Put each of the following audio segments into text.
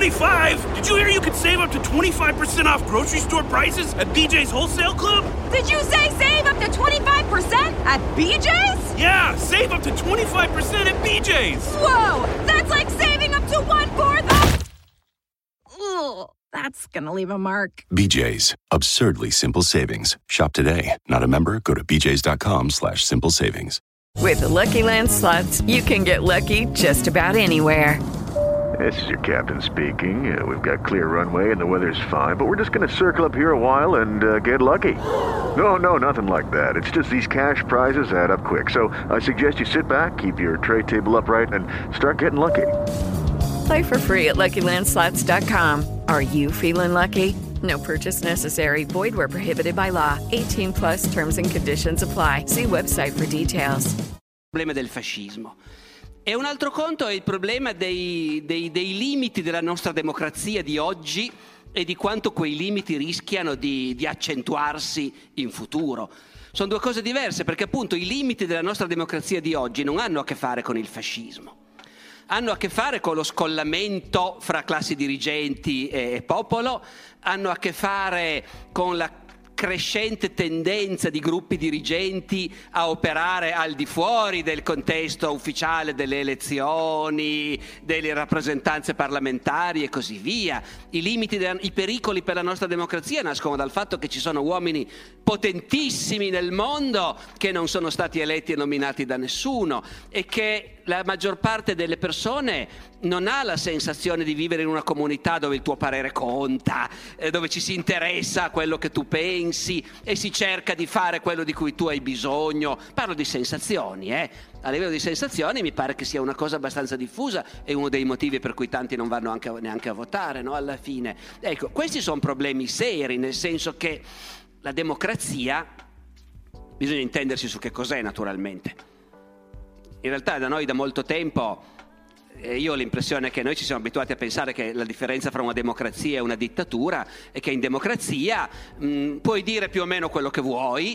25? Did you hear you could save up to 25% off grocery store prices at BJ's Wholesale Club? Did you say save up to 25% at BJ's? Yeah, save up to 25% at BJ's. Whoa, that's like saving up to 1/4 of... Ugh, that's gonna leave a mark. BJ's, absurdly simple savings. Shop today. Not a member? Go to bjs.com/simple savings. With the Lucky Land Slots, you can get lucky just about anywhere. This is your captain speaking. We've got clear runway and the weather's fine, but we're just going to circle up here a while and get lucky. No, nothing like that. It's just these cash prizes add up quick. So I suggest you sit back, keep your tray table upright, and start getting lucky. Play for free at LuckyLandSlots.com. Are you feeling lucky? No purchase necessary. Void where prohibited by law. 18 plus terms and conditions apply. See website for details. Il problema del fascismo. E un altro conto è il problema dei limiti della nostra democrazia di oggi e di quanto quei limiti rischiano di accentuarsi in futuro. Sono due cose diverse, perché appunto i limiti della nostra democrazia di oggi non hanno a che fare con il fascismo. Hanno a che fare con lo scollamento fra classi dirigenti e popolo, hanno a che fare con la crescente tendenza di gruppi dirigenti a operare al di fuori del contesto ufficiale delle elezioni, delle rappresentanze parlamentari e così via. I pericoli per la nostra democrazia nascono dal fatto che ci sono uomini potentissimi nel mondo che non sono stati eletti e nominati da nessuno e che la maggior parte delle persone non ha la sensazione di vivere in una comunità dove il tuo parere conta, dove ci si interessa a quello che tu pensi e si cerca di fare quello di cui tu hai bisogno. Parlo di sensazioni, A livello di sensazioni mi pare che sia una cosa abbastanza diffusa, è uno dei motivi per cui tanti non vanno neanche a votare, no? Alla fine. Ecco, questi sono problemi seri, nel senso che la democrazia, bisogna intendersi su che cos'è naturalmente. In realtà da noi da molto tempo, io ho l'impressione che noi ci siamo abituati a pensare che la differenza fra una democrazia e una dittatura è che in democrazia puoi dire più o meno quello che vuoi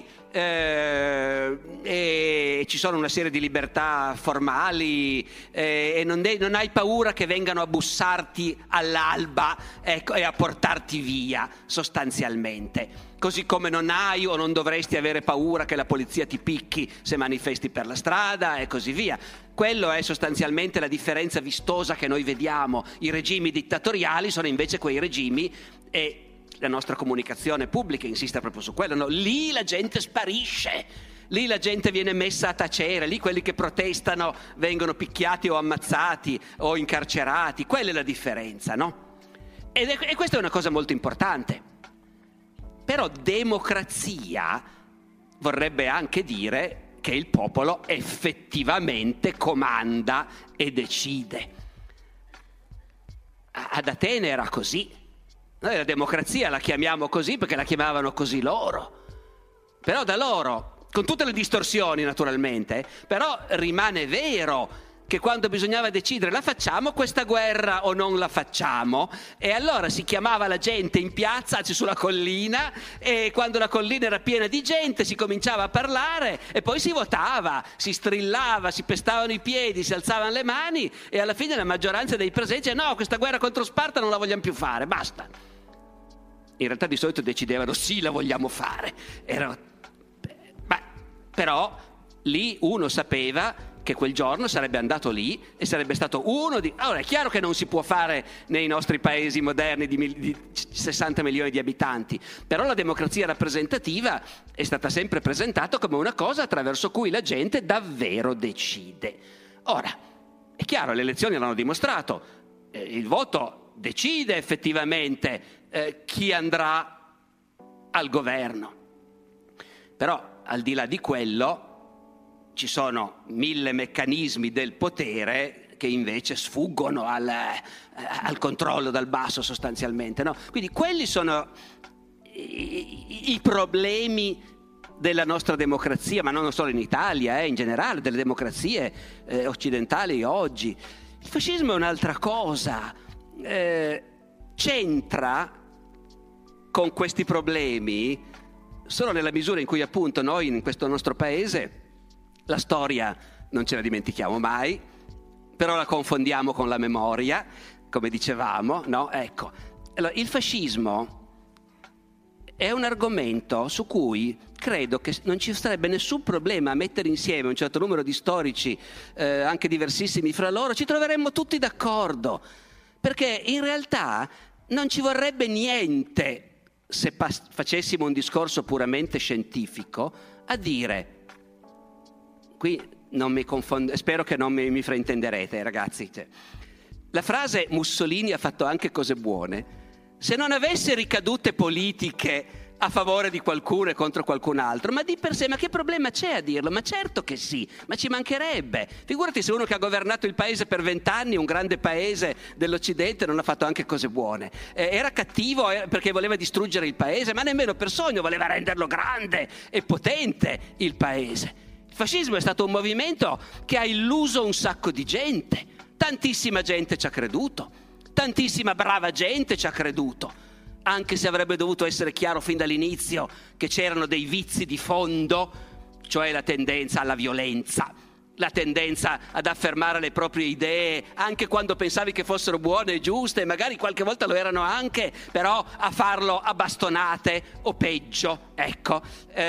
e ci sono una serie di libertà formali e non hai paura che vengano a bussarti all'alba, ecco, e a portarti via sostanzialmente. Così come non hai o non dovresti avere paura che la polizia ti picchi se manifesti per la strada e così via. Quello è sostanzialmente la differenza vistosa che noi vediamo. I regimi dittatoriali sono invece quei regimi, e la nostra comunicazione pubblica insiste proprio su quello, no? Lì la gente sparisce, lì la gente viene messa a tacere, lì quelli che protestano vengono picchiati o ammazzati o incarcerati. Quella è la differenza, no? E questa è una cosa molto importante. Però democrazia vorrebbe anche dire che il popolo effettivamente comanda e decide. Ad Atene era così. Noi la democrazia la chiamiamo così perché la chiamavano così loro. Però da loro, con tutte le distorsioni naturalmente, però rimane vero che quando bisognava decidere la facciamo questa guerra o non la facciamo, e allora si chiamava la gente in piazza, anzi sulla collina, e quando la collina era piena di gente si cominciava a parlare e poi si votava, si strillava, si pestavano i piedi, si alzavano le mani e alla fine la maggioranza dei presenti diceva: no, questa guerra contro Sparta non la vogliamo più fare, basta. In realtà di solito decidevano sì, la vogliamo fare. Però lì uno sapeva che quel giorno sarebbe andato lì e sarebbe stato uno di... Allora è chiaro che non si può fare nei nostri paesi moderni di 60 milioni di abitanti, però la democrazia rappresentativa è stata sempre presentata come una cosa attraverso cui la gente davvero decide. Ora, è chiaro, le elezioni l'hanno dimostrato, il voto decide effettivamente chi andrà al governo, però al di là di quello ci sono 1000 meccanismi del potere che invece sfuggono al controllo dal basso sostanzialmente, no? Quindi quelli sono i problemi della nostra democrazia, ma non solo in Italia, in generale, delle democrazie occidentali oggi. Il fascismo è un'altra cosa, c'entra con questi problemi solo nella misura in cui appunto noi in questo nostro paese la storia non ce la dimentichiamo mai, però la confondiamo con la memoria, come dicevamo, no? Ecco, allora, il fascismo è un argomento su cui credo che non ci sarebbe nessun problema a mettere insieme un certo numero di storici, anche diversissimi fra loro, ci troveremmo tutti d'accordo, perché in realtà non ci vorrebbe niente se facessimo un discorso puramente scientifico a dire, qui non mi confondo, spero che non mi fraintenderete ragazzi, la frase Mussolini ha fatto anche cose buone, se non avesse ricadute politiche a favore di qualcuno e contro qualcun altro, ma di per sé, ma che problema c'è a dirlo? Ma certo che sì, ma ci mancherebbe. Figurati se uno che ha governato il paese per 20 anni, un grande paese dell'Occidente, non ha fatto anche cose buone. Era cattivo perché voleva distruggere il paese, ma nemmeno per sogno voleva renderlo grande e potente il paese. Il fascismo è stato un movimento che ha illuso un sacco di gente, tantissima gente ci ha creduto. Tantissima brava gente ci ha creduto, anche se avrebbe dovuto essere chiaro fin dall'inizio che c'erano dei vizi di fondo, cioè la tendenza alla violenza, la tendenza ad affermare le proprie idee anche quando pensavi che fossero buone e giuste, magari qualche volta lo erano anche, però a farlo a bastonate o peggio, ecco,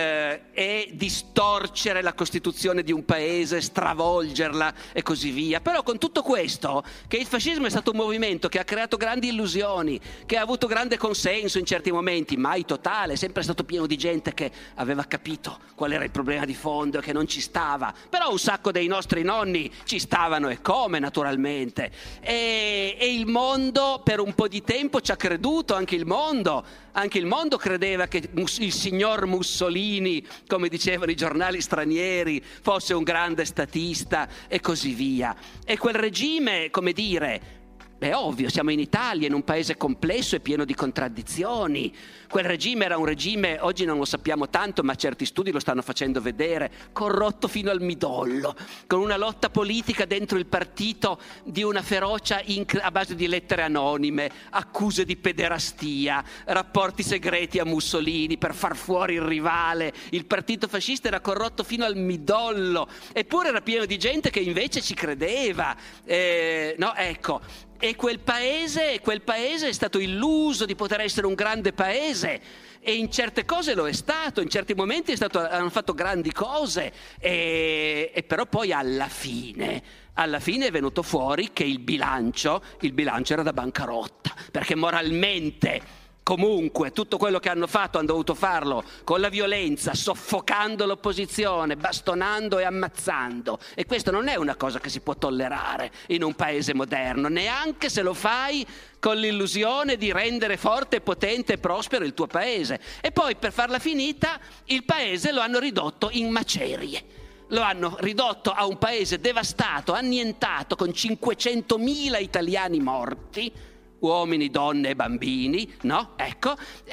e distorcere la Costituzione di un paese, stravolgerla e così via. Però con tutto questo, che il fascismo è stato un movimento che ha creato grandi illusioni, che ha avuto grande consenso in certi momenti, mai totale, sempre stato pieno di gente che aveva capito qual era il problema di fondo e che non ci stava, però un sacco dei nostri nonni ci stavano, e come, naturalmente, e il mondo per un po' di tempo ci ha creduto, anche il mondo credeva che il signor Mussolini, come dicevano i giornali stranieri, fosse un grande statista e così via, e quel regime, come dire, è ovvio, siamo in Italia, in un paese complesso e pieno di contraddizioni. Quel regime era un regime, oggi non lo sappiamo tanto, ma certi studi lo stanno facendo vedere, corrotto fino al midollo, con una lotta politica dentro il partito di una ferocia a base di lettere anonime, accuse di pederastia, rapporti segreti a Mussolini per far fuori il rivale. Il partito fascista era corrotto fino al midollo, eppure era pieno di gente che invece ci credeva. No, ecco. E quel paese è stato illuso di poter essere un grande paese, e in certe cose lo è stato, in certi momenti hanno fatto grandi cose, e però poi alla fine è venuto fuori che il bilancio era da bancarotta, perché moralmente comunque tutto quello che hanno fatto hanno dovuto farlo con la violenza, soffocando l'opposizione, bastonando e ammazzando, e questo non è una cosa che si può tollerare in un paese moderno, neanche se lo fai con l'illusione di rendere forte, potente e prospero il tuo paese. E poi, per farla finita, il paese lo hanno ridotto in macerie. Lo hanno ridotto a un paese devastato, annientato, con 500.000 italiani morti, uomini, donne e bambini, no? Ecco,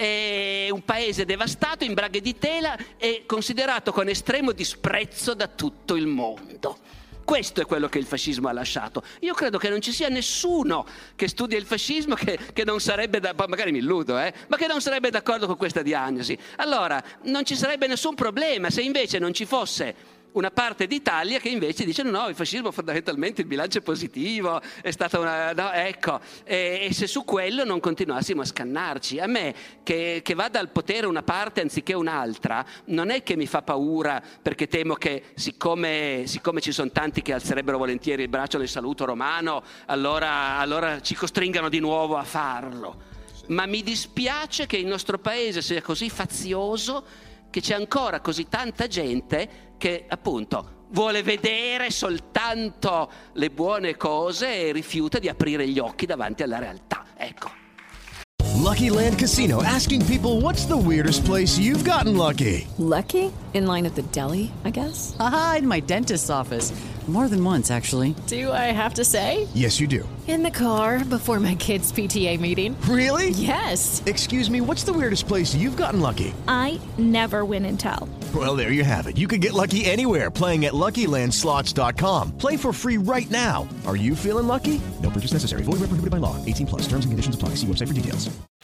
è un paese devastato, in braghe di tela e considerato con estremo disprezzo da tutto il mondo. Questo è quello che il fascismo ha lasciato. Io credo che non ci sia nessuno che studia il fascismo che non sarebbe, magari mi illudo, ma che non sarebbe d'accordo con questa diagnosi. Allora, non ci sarebbe nessun problema se invece non ci fosse una parte d'Italia che invece dice no, il fascismo fondamentalmente il bilancio è positivo, è stata una... No, ecco, e se su quello non continuassimo a scannarci. A me che vada al potere una parte anziché un'altra non è che mi fa paura, perché temo che siccome ci sono tanti che alzerebbero volentieri il braccio nel saluto romano, allora ci costringano di nuovo a farlo. Ma mi dispiace che il nostro paese sia così fazioso, che c'è ancora così tanta gente che appunto vuole vedere soltanto le buone cose e rifiuta di aprire gli occhi davanti alla realtà. Ecco. Lucky Land Casino, asking people, what's the weirdest place you've gotten lucky? Lucky? In line at the deli, I guess? Aha, in my dentist's office. More than once, actually. Do I have to say? Yes, you do. In the car before my kids' PTA meeting. Really? Yes. Excuse me, what's the weirdest place you've gotten lucky? I never win and tell. Well, there you have it. You can get lucky anywhere, playing at LuckyLandSlots.com. Play for free right now. Are you feeling lucky? No purchase necessary. Void where prohibited by law. 18+. Terms and conditions apply. See website for details.